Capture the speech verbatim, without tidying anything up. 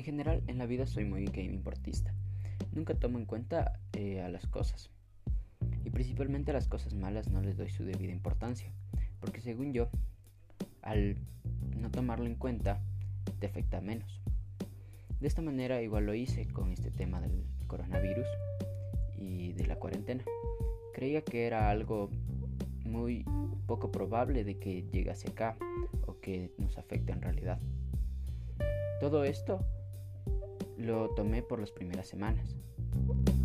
En general, en la vida soy muy game importista. Nunca tomo en cuenta eh, a las cosas. Y principalmente a las cosas malas no les doy su debida importancia. Porque según yo, al no tomarlo en cuenta, te afecta menos. De esta manera igual lo hice con este tema del coronavirus y de la cuarentena. Creía que era algo muy poco probable de que llegase acá o que nos afecte en realidad. Todo esto lo tomé por las primeras semanas.